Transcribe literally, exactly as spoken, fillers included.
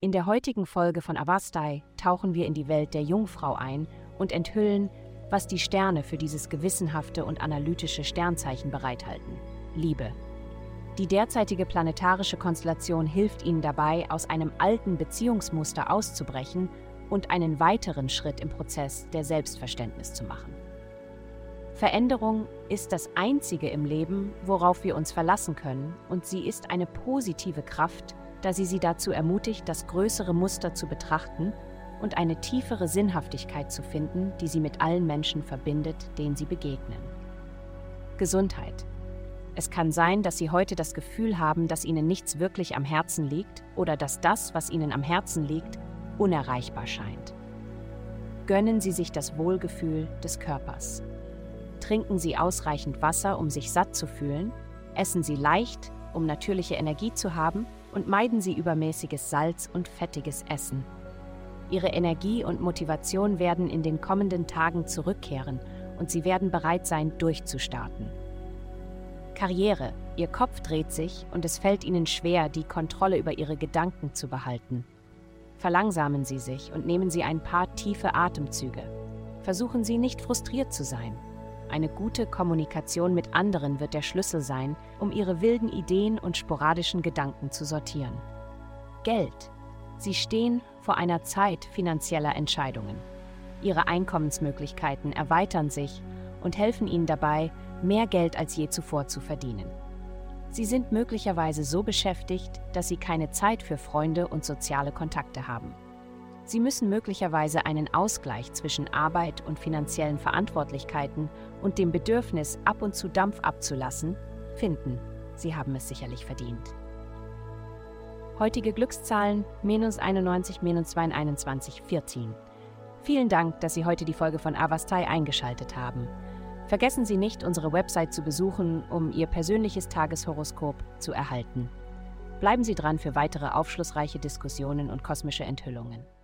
In der heutigen Folge von Avastai tauchen wir in die Welt der Jungfrau ein und enthüllen, was die Sterne für dieses gewissenhafte und analytische Sternzeichen bereithalten: Liebe. Die derzeitige planetarische Konstellation hilft Ihnen dabei, aus einem alten Beziehungsmuster auszubrechen und einen weiteren Schritt im Prozess der Selbstverständnis zu machen. Veränderung ist das Einzige im Leben, worauf wir uns verlassen können, und sie ist eine positive Kraft, da sie Sie dazu ermutigt, das größere Muster zu betrachten und eine tiefere Sinnhaftigkeit zu finden, die Sie mit allen Menschen verbindet, denen Sie begegnen. Gesundheit. Es kann sein, dass Sie heute das Gefühl haben, dass Ihnen nichts wirklich am Herzen liegt oder dass das, was Ihnen am Herzen liegt, unerreichbar scheint. Gönnen Sie sich das Wohlgefühl des Körpers. Trinken Sie ausreichend Wasser, um sich satt zu fühlen, essen Sie leicht, um natürliche Energie zu haben, und meiden Sie übermäßiges Salz und fettiges Essen. Ihre Energie und Motivation werden in den kommenden Tagen zurückkehren und Sie werden bereit sein, durchzustarten. Karriere. Ihr Kopf dreht sich und es fällt Ihnen schwer, die Kontrolle über Ihre Gedanken zu behalten. Verlangsamen Sie sich und nehmen Sie ein paar tiefe Atemzüge. Versuchen Sie nicht frustriert zu sein. Eine gute Kommunikation mit anderen wird der Schlüssel sein, um Ihre wilden Ideen und sporadischen Gedanken zu sortieren. Geld. Sie stehen vor einer Zeit finanzieller Entscheidungen. Ihre Einkommensmöglichkeiten erweitern sich und helfen Ihnen dabei, mehr Geld als je zuvor zu verdienen. Sie sind möglicherweise so beschäftigt, dass Sie keine Zeit für Freunde und soziale Kontakte haben. Sie müssen möglicherweise einen Ausgleich zwischen Arbeit und finanziellen Verantwortlichkeiten und dem Bedürfnis, ab und zu Dampf abzulassen, finden. Sie haben es sicherlich verdient. Heutige Glückszahlen: minus einundneunzig, minus zwei, einundzwanzig, vierzehn. Vielen Dank, dass Sie heute die Folge von Avastai eingeschaltet haben. Vergessen Sie nicht, unsere Website zu besuchen, um Ihr persönliches Tageshoroskop zu erhalten. Bleiben Sie dran für weitere aufschlussreiche Diskussionen und kosmische Enthüllungen.